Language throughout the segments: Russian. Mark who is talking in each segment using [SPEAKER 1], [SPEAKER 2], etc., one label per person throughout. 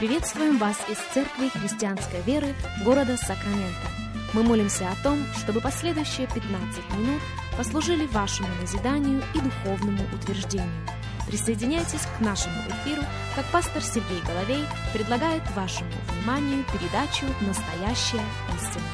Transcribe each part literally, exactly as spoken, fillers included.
[SPEAKER 1] Приветствуем вас из Церкви Христианской Веры города Сакраменто. Мы молимся о том, чтобы последующие пятнадцать минут послужили вашему назиданию и духовному утверждению. Присоединяйтесь к нашему эфиру, как пастор Сергей Головей предлагает вашему вниманию передачу «Настоящая истина».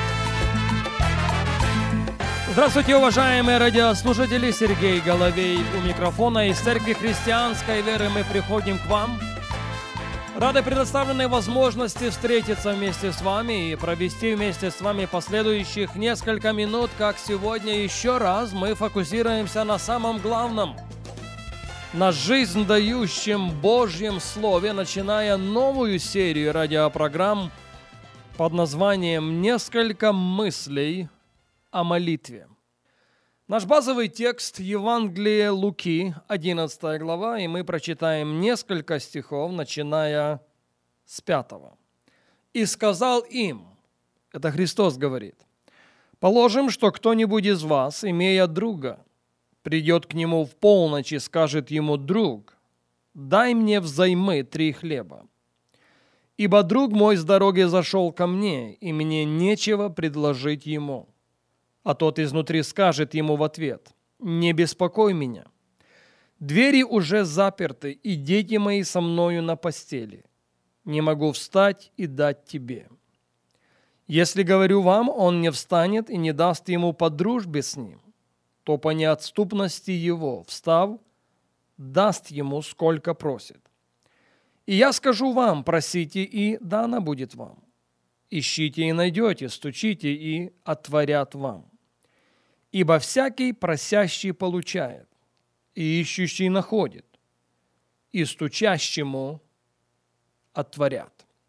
[SPEAKER 2] Здравствуйте, уважаемые радиослушатели! Сергей Головей у микрофона. Из Церкви Христианской Веры мы приходим к вам. Рады предоставленной возможности встретиться вместе с вами и провести вместе с вами последующих несколько минут, как сегодня еще раз мы фокусируемся на самом главном, на жизнь дающем Божьем Слове, начиная новую серию радиопрограмм под названием «Несколько мыслей о молитве». Наш базовый текст Евангелие Луки, одиннадцатая глава, и мы прочитаем несколько стихов, начиная с пятого. «И сказал им», это Христос говорит, «положим, что кто-нибудь из вас, имея друга, придет к нему в полночь и скажет ему: друг, дай мне взаймы три хлеба, ибо друг мой с дороги зашел ко мне, и мне нечего предложить ему. А тот изнутри скажет ему в ответ: не беспокой меня. Двери уже заперты, и дети мои со мною на постели. Не могу встать и дать тебе. Если говорю вам, он не встанет и не даст ему по дружбе с ним, то по неотступности его, встав, даст ему, сколько просит. И я скажу вам: просите, и дано будет вам. Ищите и найдете, стучите, и отворят вам. Ибо всякий просящий получает, и ищущий находит, и стучащему отворят».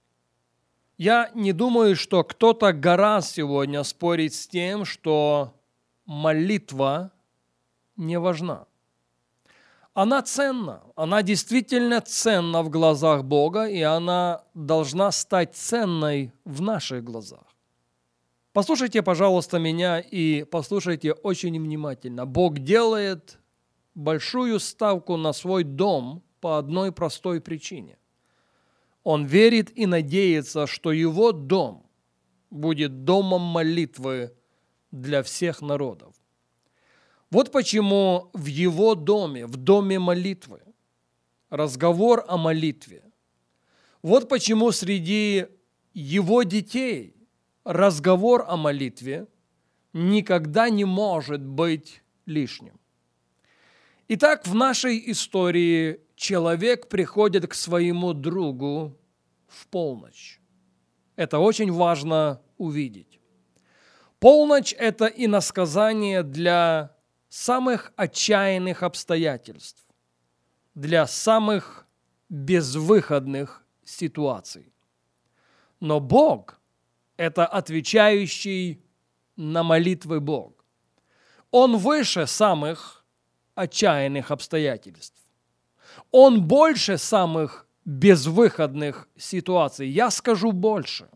[SPEAKER 2] Я не думаю, что кто-то гораздо сегодня спорить с тем, что молитва не важна. Она ценна, она действительно ценна в глазах Бога, и она должна стать ценной в наших глазах. Послушайте, пожалуйста, меня и послушайте очень внимательно. Бог делает большую ставку на свой дом по одной простой причине. Он верит и надеется, что его дом будет домом молитвы для всех народов. Вот почему в его доме, в доме молитвы, разговор о молитве. Вот почему среди его детей разговор о молитве никогда не может быть лишним. Итак, в нашей истории человек приходит к своему другу в полночь. Это очень важно увидеть. Полночь – это иносказание для самых отчаянных обстоятельств, для самых безвыходных ситуаций. Но Бог – это отвечающий на молитвы Бог. Он выше самых отчаянных обстоятельств. Он больше самых безвыходных ситуаций. Я скажу больше.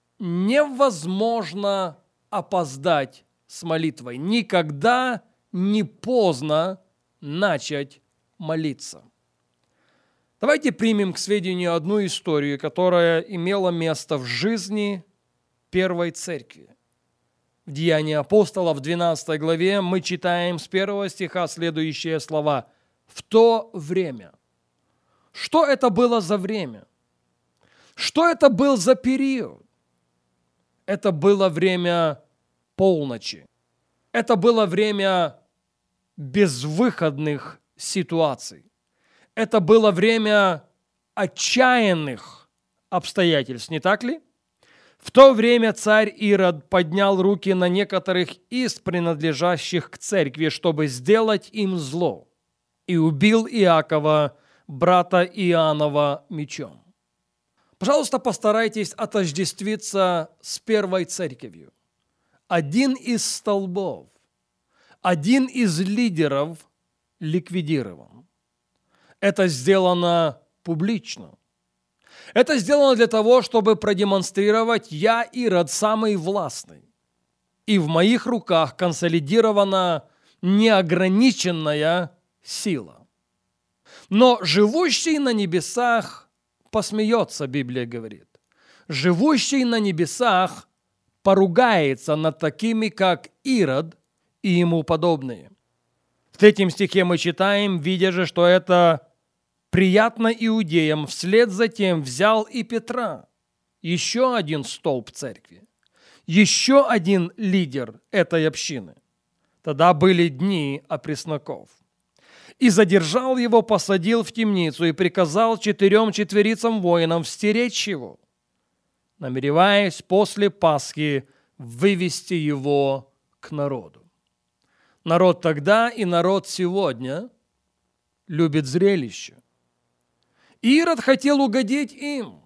[SPEAKER 2] Невозможно опоздать с молитвой. Никогда не поздно начать молиться. Давайте примем к сведению одну историю, которая имела место в жизни Первой Церкви. В Деянии апостолов в двенадцатой главе мы читаем с первого стиха следующие слова: «В то время». Что это было за время? Что это был за период? Это было время полночи. Это было время безвыходных ситуаций. Это было время отчаянных обстоятельств, не так ли? В то время царь Ирод поднял руки на некоторых из принадлежащих к церкви, чтобы сделать им зло, и убил Иакова, брата Иоаннова, мечом. Пожалуйста, постарайтесь отождествиться с Первой Церковью. Один из столбов, один из лидеров ликвидирован. Это сделано публично. Это сделано для того, чтобы продемонстрировать: я, Ирод, самый властный. И в моих руках консолидирована неограниченная сила. Но живущий на небесах посмеется, Библия говорит. Живущий на небесах поругается над такими, как Ирод и ему подобные. В третьем стихе мы читаем, видя же, что это приятно иудеям, вслед за тем взял и Петра, еще один столб церкви, еще один лидер этой общины. Тогда были дни опресноков. И задержал его, посадил в темницу и приказал четырем четверицам воинам стеречь его, намереваясь после Пасхи вывести его к народу. Народ тогда и народ сегодня любит зрелище. Ирод хотел угодить им.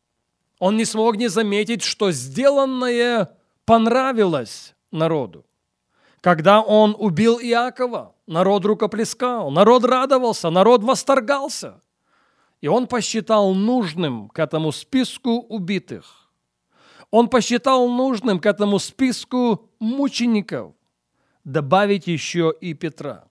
[SPEAKER 2] Он не смог не заметить, что сделанное понравилось народу. Когда он убил Иакова, народ рукоплескал, народ радовался, народ восторгался. И он посчитал нужным к этому списку убитых. Он посчитал нужным к этому списку мучеников добавить еще и Петра.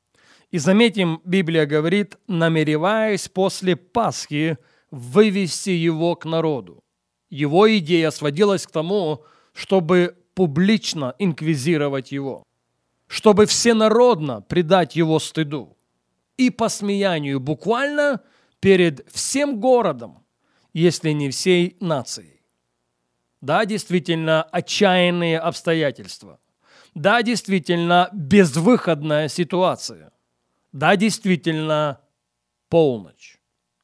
[SPEAKER 2] И заметим, Библия говорит, намереваясь после Пасхи вывести его к народу. Его идея сводилась к тому, чтобы публично инквизировать его, чтобы всенародно предать его стыду и посмеянию буквально перед всем городом, если не всей нацией. Да, действительно, отчаянные обстоятельства. Да, действительно, безвыходная ситуация. Да, действительно, полночь.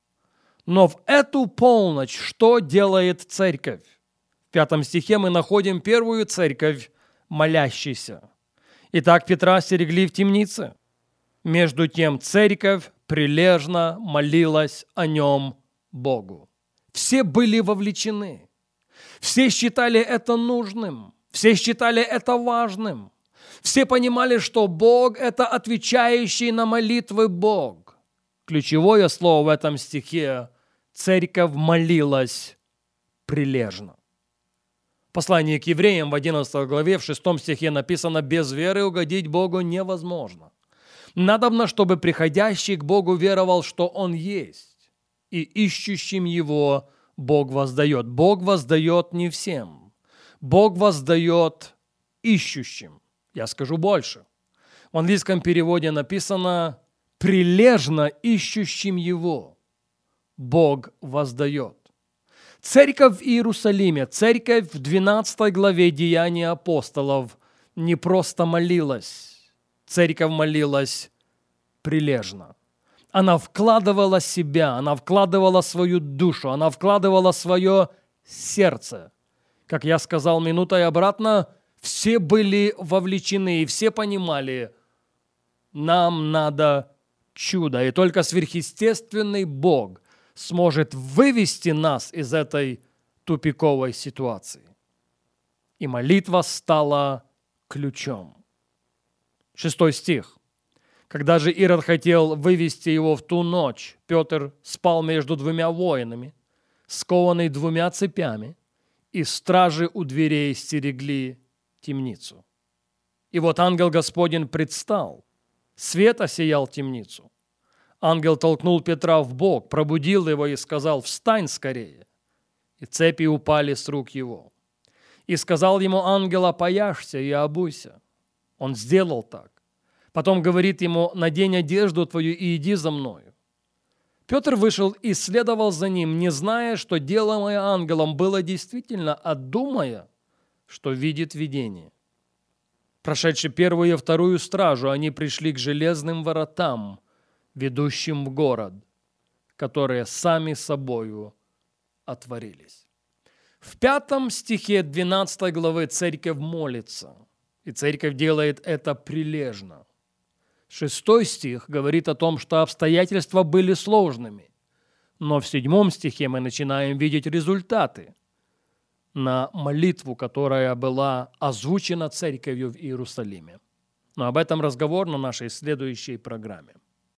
[SPEAKER 2] Но в эту полночь что делает церковь? В пятом стихе мы находим первую церковь, молящейся. Итак, Петра стерегли в темнице. Между тем церковь прилежно молилась о нем Богу. Все были вовлечены. Все считали это нужным. Все считали это важным. Все понимали, что Бог – это отвечающий на молитвы Бог. Ключевое слово в этом стихе – церковь молилась прилежно. Послание к евреям в одиннадцатой главе, в шестом стихе написано: «Без веры угодить Богу невозможно. Надобно, чтобы приходящий к Богу веровал, что Он есть, и ищущим Его Бог воздает». Бог воздает не всем. Бог воздает ищущим. Я скажу больше. В английском переводе написано: «прилежно ищущим Его Бог воздает». Церковь в Иерусалиме, церковь в двенадцатой главе Деяний апостолов не просто молилась. Церковь молилась прилежно. Она вкладывала себя, она вкладывала свою душу, она вкладывала свое сердце. Как я сказал минутой обратно, все были вовлечены, и все понимали, нам надо чудо, и только сверхъестественный Бог сможет вывести нас из этой тупиковой ситуации. И молитва стала ключом. Шестой стих. Когда же Ирод хотел вывести его в ту ночь, Петр спал между двумя воинами, скованный двумя цепями, и стражи у дверей стерегли темницу. И вот ангел Господень предстал, свет осиял темницу. Ангел толкнул Петра в бок, пробудил его и сказал: «Встань скорее!» И цепи упали с рук его. И сказал ему ангел: «Опояшься и обуйся». Он сделал так. Потом говорит ему: «Надень одежду твою и иди за мною». Петр вышел и следовал за ним, не зная, что делаемое ангелом было действительно, а думая, что видит видение. Прошедши первую и вторую стражу, они пришли к железным воротам, ведущим в город, которые сами собою отворились. В пятом стихе двенадцатой главы церковь молится, и церковь делает это прилежно. Шестой стих говорит о том, что обстоятельства были сложными, но в седьмом стихе мы начинаем видеть результаты на молитву, которая была озвучена церковью в Иерусалиме. Но об этом разговор на нашей следующей программе.